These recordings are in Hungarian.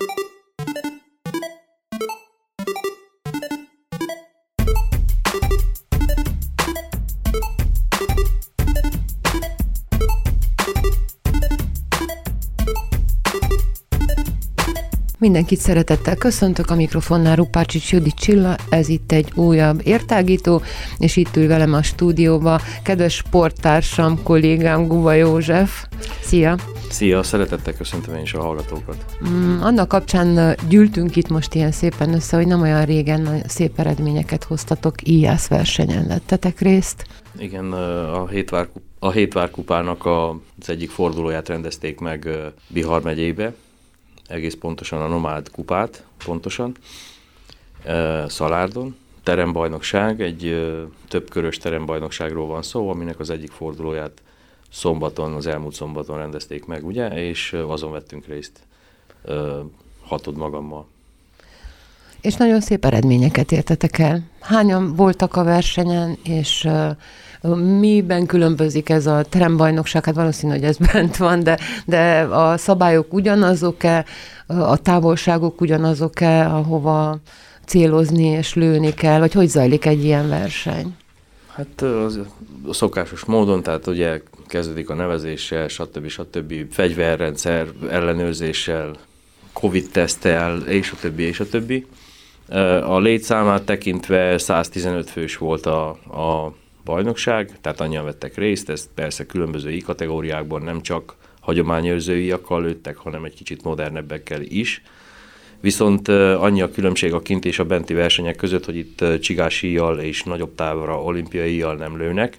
Mindenkit szeretettel köszöntök, a mikrofonnál Rupácsics Judit Csilla, ez itt egy újabb értágító, és itt ül velem a stúdióba kedves sporttársam, kollégám Guba József. Szia! Szia, szeretettel köszöntöm én is a hallgatókat. Annak kapcsán gyűltünk itt most ilyen szépen össze, hogy nem olyan régen szép eredményeket hoztatok, íjász versenyen vettetek részt. Igen, a Hétvárkupának az egyik fordulóját rendezték meg Bihar megyébe, egész pontosan a Nomád kupát, pontosan, Szalárdon. Terembajnokság, egy többkörös terembajnokságról van szó, aminek az egyik fordulóját az elmúlt szombaton rendezték meg, ugye, és azon vettünk részt hatod magammal. És nagyon szép eredményeket értetek el. Hányan voltak a versenyen, és miben különbözik ez a terembajnokság? Hát valószínű, hogy ez bent van, de a szabályok ugyanazok-e, a távolságok ugyanazok-e, ahova célozni és lőni kell, vagy hogy zajlik egy ilyen verseny? Hát az szokásos módon, tehát ugye kezdődik a nevezéssel, stb. Fegyverrendszer ellenőrzéssel, Covid-teszttel, és a többi. A létszámát tekintve 115 fős volt a bajnokság, tehát annyian vettek részt, ezt persze különböző i-kategóriákban nem csak hagyományőrző íjakkal lőttek, hanem egy kicsit modernebbekkel is. Viszont annyi a különbség a kint és a benti versenyek között, hogy itt csigás íjjal és nagyobb távra olimpiai íjjal nem lőnek.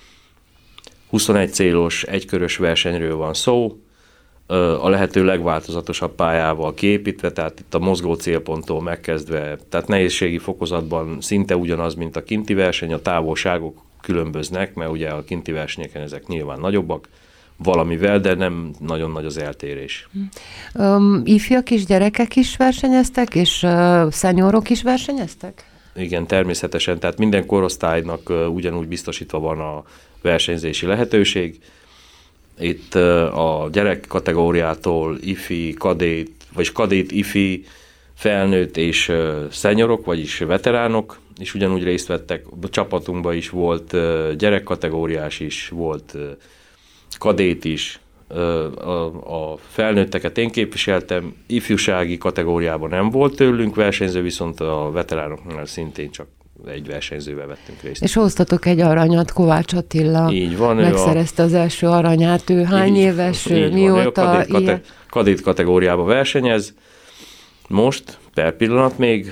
21 célos, egykörös versenyről van szó, a lehető legváltozatosabb pályával kiépítve, tehát itt a mozgó célponttól megkezdve, tehát nehézségi fokozatban szinte ugyanaz, mint a kinti verseny, a távolságok különböznek, mert ugye a kinti versenyeken ezek nyilván nagyobbak, valamivel, de nem nagyon nagy az eltérés. Ifjak és gyerekek is versenyeztek, és szenyorok is versenyeztek? Igen, természetesen, tehát minden korosztálynak ugyanúgy biztosítva van a versenyzési lehetőség. Itt a gyerek kategóriától ifi, kadét, vagy kadét, ifi, felnőtt és szenyorok, vagyis veteránok is ugyanúgy részt vettek. A csapatunkban is volt gyerekkategóriás is, volt kadét is. A felnőtteket én képviseltem, ifjúsági kategóriában nem volt tőlünk versenyző, viszont a veteránoknál szintén csak egy versenyzővel vettünk részt. És hoztatok egy aranyat, Kovács Attila. Így van. Megszerezte az első aranyát, ő hány éves, mióta? Kadét kategóriában versenyez. Most, per pillanat még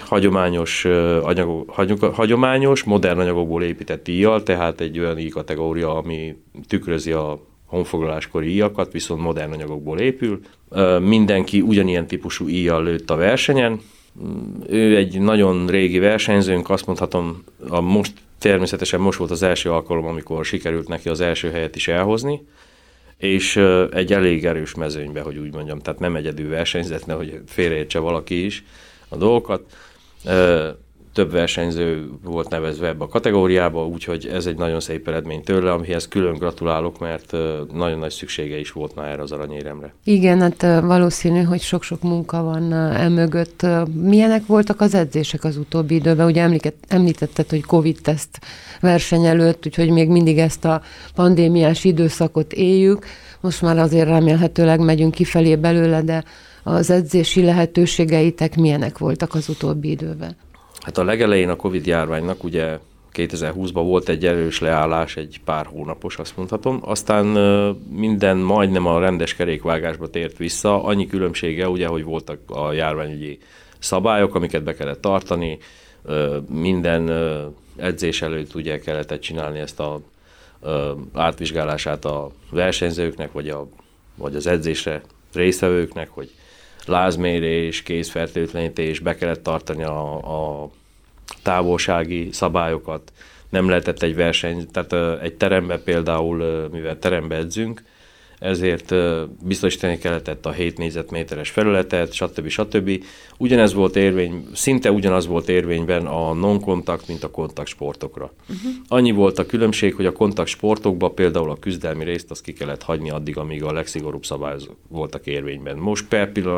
hagyományos, modern anyagokból épített íjjal, tehát egy olyan íj kategória, ami tükrözi a honfoglaláskori íjakat, viszont modern anyagokból épül. Mindenki ugyanilyen típusú íjjal lőtt a versenyen. Ő egy nagyon régi versenyzőnk, azt mondhatom, természetesen most volt az első alkalom, amikor sikerült neki az első helyet is elhozni, és egy elég erős mezőnybe, hogy úgy mondjam, tehát nem egyedül versenyzett, nehogy félreértse valaki is a dolgokat. Több versenyző volt nevezve ebbe a kategóriába, úgyhogy ez egy nagyon szép eredmény tőle, amihez külön gratulálok, mert nagyon nagy szüksége is volt már erre az aranyéremre. Igen, hát valószínű, hogy sok-sok munka van emögött. Milyenek voltak az edzések az utóbbi időben? Ugye említetted, hogy Covid-teszt verseny előtt, úgyhogy még mindig ezt a pandémiás időszakot éljük. Most már azért remélhetőleg megyünk kifelé belőle, de az edzési lehetőségeitek milyenek voltak az utóbbi időben? Hát a legelején a Covid-járványnak ugye 2020-ban volt egy erős leállás, egy pár hónapos, azt mondhatom. Aztán minden majdnem a rendes kerékvágásba tért vissza. Annyi különbsége ugye, hogy voltak a járványügyi szabályok, amiket be kellett tartani. Minden edzés előtt ugye kellett csinálni ezt a átvizsgálását a versenyzőknek, vagy az edzésre résztvevőknek, hogy lázmérés, kézfertőtlenítés, be kellett tartani a távolsági szabályokat, nem lehetett egy verseny, tehát egy terembe például, mivel terembe edzünk, ezért biztosítani kellett a 7 négyzetméteres felületet, stb. Ugyanez volt szinte ugyanaz volt érvényben a non-kontakt, mint a kontaktsportokra. Annyi volt a különbség, hogy a kontaktsportokban például a küzdelmi részt azt ki kellett hagyni addig, amíg a legszigorúbb szabályok voltak érvényben. Most per pillanat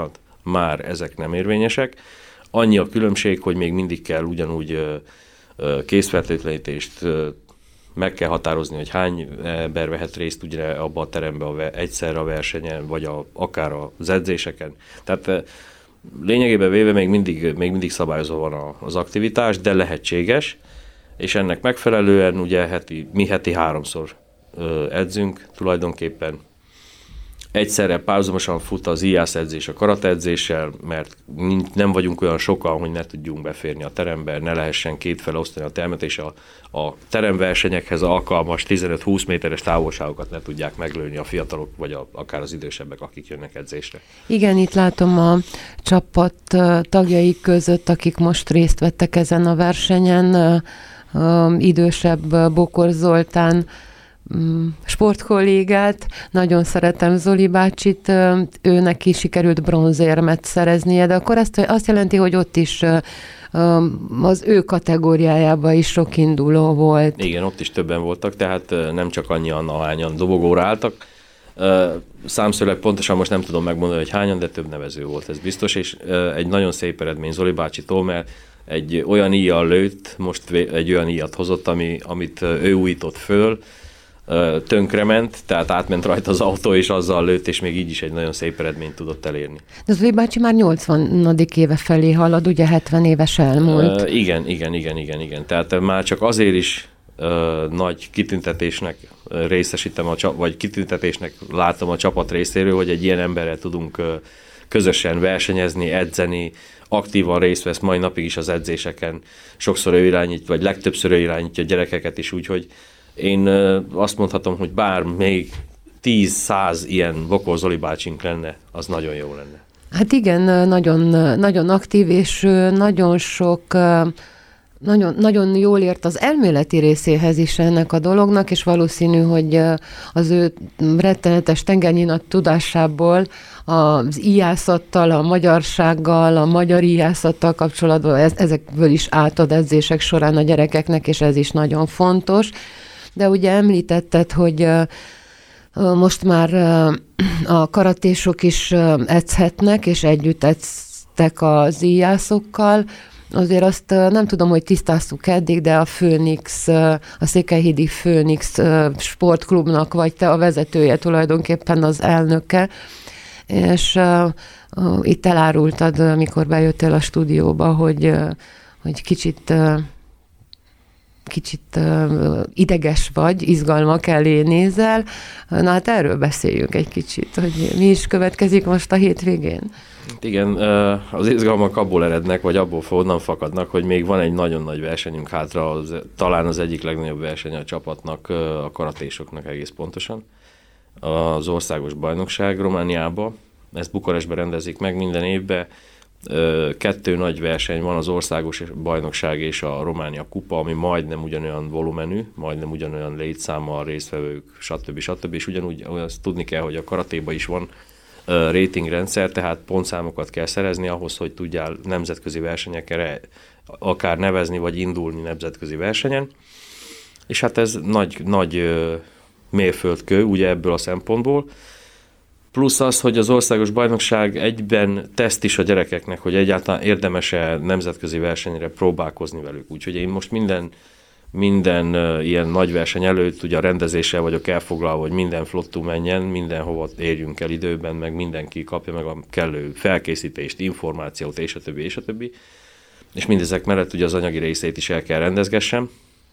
már ezek nem érvényesek. Annyi a különbség, hogy még mindig kell ugyanúgy készfertőtlenítést meg kell határozni, hogy hány ember vehet részt ugye abba a terembe egyszerre a versenyen, vagy akár az edzéseken. Tehát lényegében véve még mindig szabályozva van az aktivitás, de lehetséges, és ennek megfelelően ugye mi heti 3-szor edzünk tulajdonképpen. Egyszerre párhuzamosan fut az IASZ edzés a karate edzéssel, mert nem vagyunk olyan sokan, hogy ne tudjunk beférni a terembe, ne lehessen kétfele osztani a termet, és a teremversenyekhez alkalmas 15-20 méteres távolságokat ne tudják meglőni a fiatalok, vagy akár az idősebbek, akik jönnek edzésre. Igen, itt látom a csapat tagjai között, akik most részt vettek ezen a versenyen, idősebb Bokor Zoltán sportkollégát, nagyon szeretem Zoli bácsit, őnek is sikerült bronzérmet szereznie, de akkor azt jelenti, hogy ott is az ő kategóriájában is sok induló volt. Igen, ott is többen voltak, tehát nem csak annyian, ahányan dobogóra álltak. Számszőleg pontosan most nem tudom megmondani, hogy hányan, de több nevező volt, ez biztos, és egy nagyon szép eredmény Zoli bácsitól, mert egy olyan íjjal lőtt, most egy olyan íjat hozott, amit ő újított föl, tönkrement, tehát átment rajta az autó, és azzal lőtt, és még így is egy nagyon szép eredményt tudott elérni. De Zoli bácsi már 80. éve felé halad, ugye 70 éves elmúlt. Igen. Tehát már csak azért is nagy kitüntetésnek részesítem, vagy kitüntetésnek látom a csapat részéről, hogy egy ilyen emberrel tudunk közösen versenyezni, edzeni, aktívan részt vesz mai napig is az edzéseken. Sokszor ő irányít, vagy legtöbbször ő irányítja a gyerekeket is, úgyhogy én azt mondhatom, hogy bár még 10-100 ilyen Bokor Zoli bácsink lenne, az nagyon jó lenne. Hát igen, nagyon, nagyon aktív, és nagyon sok, nagyon jól ért az elméleti részéhez is ennek a dolognak, és valószínű, hogy az ő rettenetes tengernyinat tudásából az íjászattal, a magyarsággal, a magyar íjászattal kapcsolatban ezekből is átad edzések során a gyerekeknek, és ez is nagyon fontos. De ugye említetted, hogy most már a karatésok is edzhetnek, és együtt edztek az íjászokkal. Azért azt nem tudom, hogy tisztáztuk eddig, de a Főnix, a Székelyhídi Főnix sportklubnak vagy te a vezetője, tulajdonképpen az elnöke, és itt elárultad, mikor bejöttél a stúdióba, hogy kicsit ideges vagy, izgalmak elé nézel. Na hát erről beszéljünk egy kicsit, hogy mi is következik most a hétvégén. Igen, az izgalmak abból erednek, vagy abból onnan fakadnak, hogy még van egy nagyon nagy versenyünk hátra, talán az egyik legnagyobb verseny a csapatnak, a karatésoknak egész pontosan. Az országos bajnokság Romániába, ezt Bukarestben rendezik meg minden évben. 2 nagy verseny van, az országos bajnokság és a Románia kupa, ami majdnem ugyanolyan volumenű, majdnem ugyanolyan létszámmal, résztvevők, stb. És ugyanúgy azt tudni kell, hogy a karatéban is van ratingrendszer, tehát pontszámokat kell szerezni ahhoz, hogy tudjál nemzetközi versenyekre akár nevezni, vagy indulni nemzetközi versenyen. És hát ez nagy mérföldkő, ugye ebből a szempontból. Plusz az, hogy az országos bajnokság egyben teszt is a gyerekeknek, hogy egyáltalán érdemes-e nemzetközi versenyre próbálkozni velük. Úgyhogy én most minden ilyen nagy verseny előtt ugye a rendezéssel vagyok elfoglalva, hogy minden flottú menjen, mindenhova érjünk el időben, meg mindenki kapja meg a kellő felkészítést, információt, és a többi, és a többi. És mindezek mellett ugye az anyagi részét is el kell rendezgessem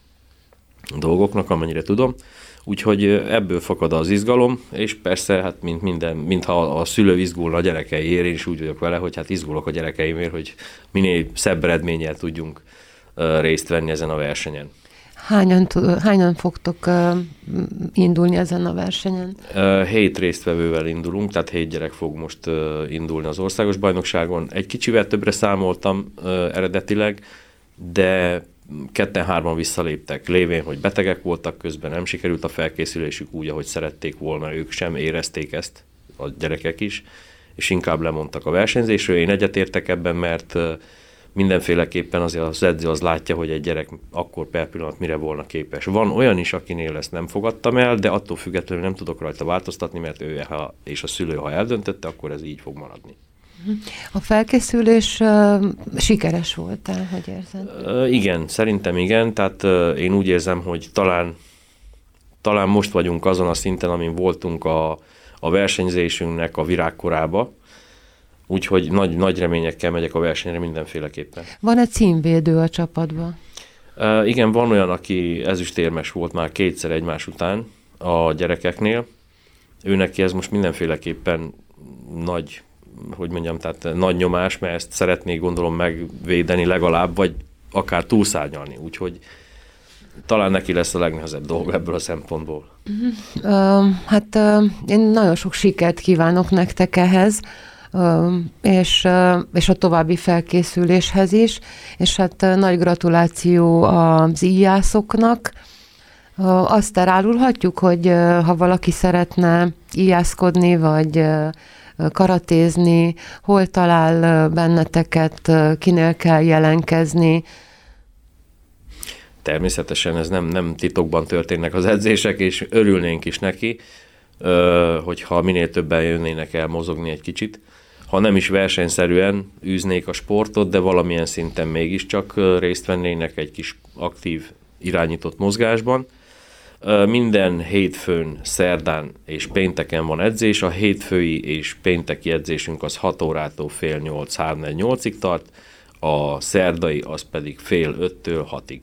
a dolgoknak, amennyire tudom. Úgyhogy ebből fakad az izgalom, és persze, hát mintha a szülő izgulna a gyerekeiért, én is úgy vagyok vele, hogy hát izgulok a gyerekeimért, hogy minél szebb eredménnyel tudjunk részt venni ezen a versenyen. Hányan fogtok indulni ezen a versenyen? 7 résztvevővel indulunk, tehát 7 gyerek fog most indulni az országos bajnokságon. Egy kicsivel többre számoltam eredetileg, de 2-3 visszaléptek, lévén, hogy betegek voltak közben, nem sikerült a felkészülésük úgy, ahogy szerették volna, ők sem érezték ezt, a gyerekek is, és inkább lemondtak a versenyzésről. Én egyetértek ebben, mert mindenféleképpen azért az edző az látja, hogy egy gyerek akkor per pillanat mire volna képes. Van olyan is, akinél ezt nem fogadtam el, de attól függetlenül nem tudok rajta változtatni, mert ő és a szülő, ha eldöntötte, akkor ez így fog maradni. A felkészülés sikeres volt-e, hogy érzed? Igen, szerintem igen, tehát én úgy érzem, hogy talán most vagyunk azon a szinten, amin voltunk a versenyzésünknek a virágkorába, úgyhogy nagy reményekkel megyek a versenyre mindenféleképpen. Van-e címvédő a csapatban? Igen, van olyan, aki ezüstérmes volt már 2-szer egymás után a gyerekeknél. Ő neki ez most mindenféleképpen tehát nagy nyomás, mert ezt szeretnék gondolom megvédeni legalább, vagy akár túlszárnyalni, úgyhogy talán neki lesz a legnehezebb dolga ebből a szempontból. Én nagyon sok sikert kívánok nektek ehhez, és a további felkészüléshez is, és hát nagy gratuláció az íjászoknak. Azt elárulhatjuk, hogy ha valaki szeretne íjászkodni, vagy karatézni, hol talál benneteket, kinél kell jelentkezni? Természetesen ez nem titokban történnek az edzések, és örülnénk is neki, hogyha minél többen jönnének el mozogni egy kicsit. Ha nem is versenyszerűen űznék a sportot, de valamilyen szinten mégiscsak részt vennének egy kis aktív, irányított mozgásban. Minden hétfőn, szerdán és pénteken van edzés. A hétfői és pénteki edzésünk az 6 órától fél 8, 3-8-ig tart, a szerdai az pedig fél 5-től 6-ig.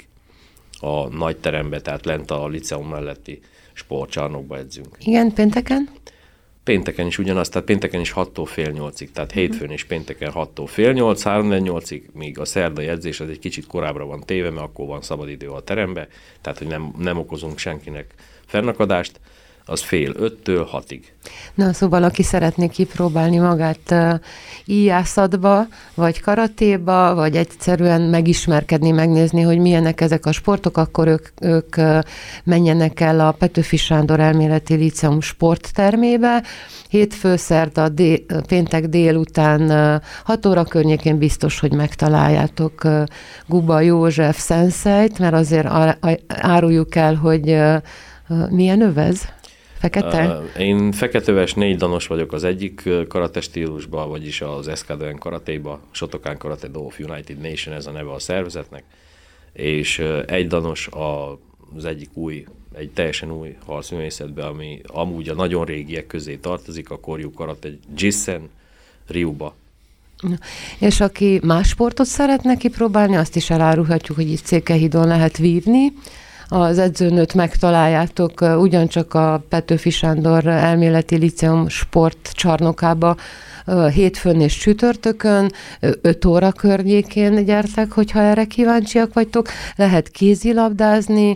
A nagy terembe, tehát lent a liceum melletti sportcsarnokba edzünk. Igen, pénteken? Pénteken is ugyanaz, tehát pénteken is 6-tól fél 8-ig, tehát hétfőn és pénteken 6-tól fél 8, 3-8-ig, míg a szerdai edzés az egy kicsit korábbra van téve, mert akkor van szabadidő a terembe, tehát hogy nem okozunk senkinek fennakadást, az fél 5-től 6-ig. Na, szóval aki szeretné kipróbálni magát íjászatba, vagy karatéba, vagy egyszerűen megismerkedni, megnézni, hogy milyenek ezek a sportok, akkor ők menjenek el a Petőfi Sándor Elméleti Líceum sporttermébe. Hétfő, szerda, péntek délután 6 óra környékén biztos, hogy megtaláljátok Guba József szenszeit, mert azért áruljuk el, hogy milyen övez? Fekete? Én feketöves 4 danos vagyok az egyik karate stílusban, vagyis az SKDN karatéba, Shotokan Karate Do of United Nation, ez a neve a szervezetnek, és egy danos az egyik egy teljesen új harcművészetbe, ami amúgy a nagyon régiek közé tartozik, a Koryu Karate Jissen Ryuba. És aki más sportot szeretne kipróbálni, azt is elárulhatjuk, hogy itt Székelyhídon lehet vívni. Az edzőnőt megtaláljátok ugyancsak a Petőfi Sándor Elméleti Líceum sportcsarnokába hétfőn és csütörtökön, 5 óra környékén gyertek, hogyha erre kíváncsiak vagytok. Lehet kézilabdázni,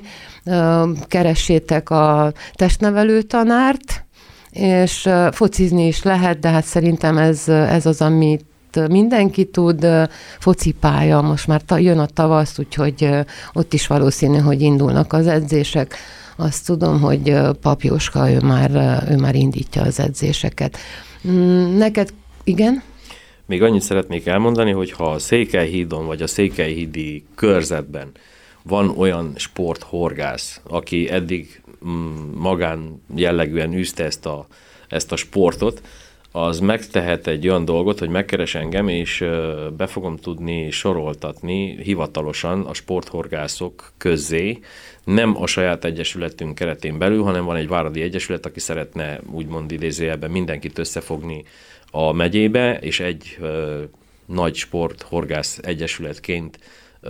keressétek a testnevelő tanárt, és focizni is lehet, de hát szerintem ez az, amit mindenki tud, focipálya, most már jön a tavasz, úgyhogy ott is valószínű, hogy indulnak az edzések. Azt tudom, hogy Pap Jóska, ő már indítja az edzéseket. Neked, igen? Még annyit szeretnék elmondani, hogy ha a Székelyhídon vagy a székelyhídi körzetben van olyan sporthorgász, aki eddig magán jellegűen űzte ezt a sportot, az megtehet egy olyan dolgot, hogy megkeres engem, és be fogom tudni soroltatni hivatalosan a sporthorgászok közzé, nem a saját egyesületünk keretén belül, hanem van egy váradi egyesület, aki szeretne úgymond idézőjelben mindenkit összefogni a megyébe, és egy nagy sporthorgász egyesületként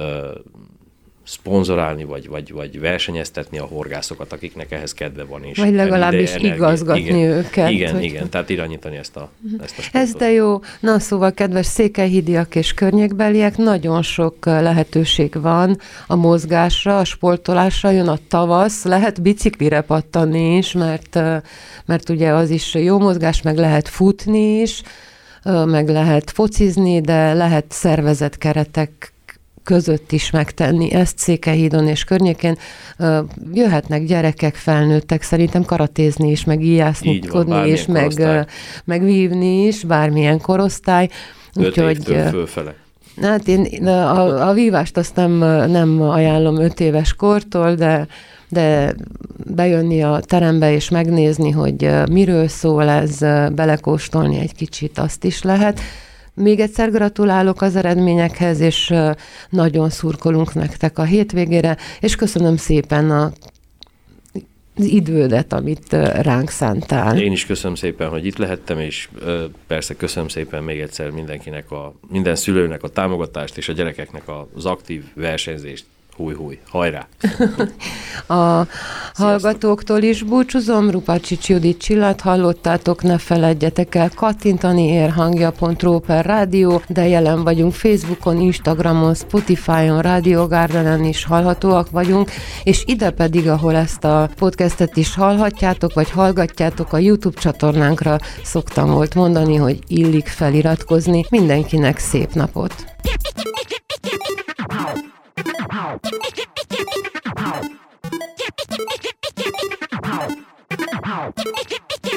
szponzorálni, vagy versenyeztetni a horgászokat, akiknek ehhez kedve van. És vagy legalábbis igazgatni őket. Igen, tehát irányítani ezt a sportot. Ez de jó. Na, szóval, kedves székelyhídiak és környékbeliek, nagyon sok lehetőség van a mozgásra, a sportolásra, jön a tavasz, lehet biciklire pattanni is, mert ugye az is jó mozgás, meg lehet futni is, meg lehet focizni, de lehet szervezett keretek között is megtenni ezt Székelyhídon és környékén. Jöhetnek gyerekek, felnőttek, szerintem karatézni is, meg íjásznodni is, meg vívni is, bármilyen korosztály. 5 évtől fölfele. Hát én a vívást azt nem ajánlom 5 éves kortól, de bejönni a terembe és megnézni, hogy miről szól ez, belekóstolni egy kicsit, azt is lehet. Még egyszer gratulálok az eredményekhez, és nagyon szurkolunk nektek a hétvégére, és köszönöm szépen az idődet, amit ránk szántál. Én is köszönöm szépen, hogy itt lehettem, és persze köszönöm szépen még egyszer mindenkinek, minden szülőnek a támogatást, és a gyerekeknek az aktív versenyzést. Húj, hajrá! A hallgatóktól is búcsúzom, Rupacsics Judit Csillát hallottátok, ne feledjetek el kattintani érhangja.ro/rádió, de jelen vagyunk Facebookon, Instagramon, Spotify-on, Radio Gardenen is hallhatóak vagyunk, és ide pedig, ahol ezt a podcastet is hallhatjátok, vagy hallgatjátok, a YouTube csatornánkra szoktam volt mondani, hogy illik feliratkozni. Mindenkinek szép napot! Ow.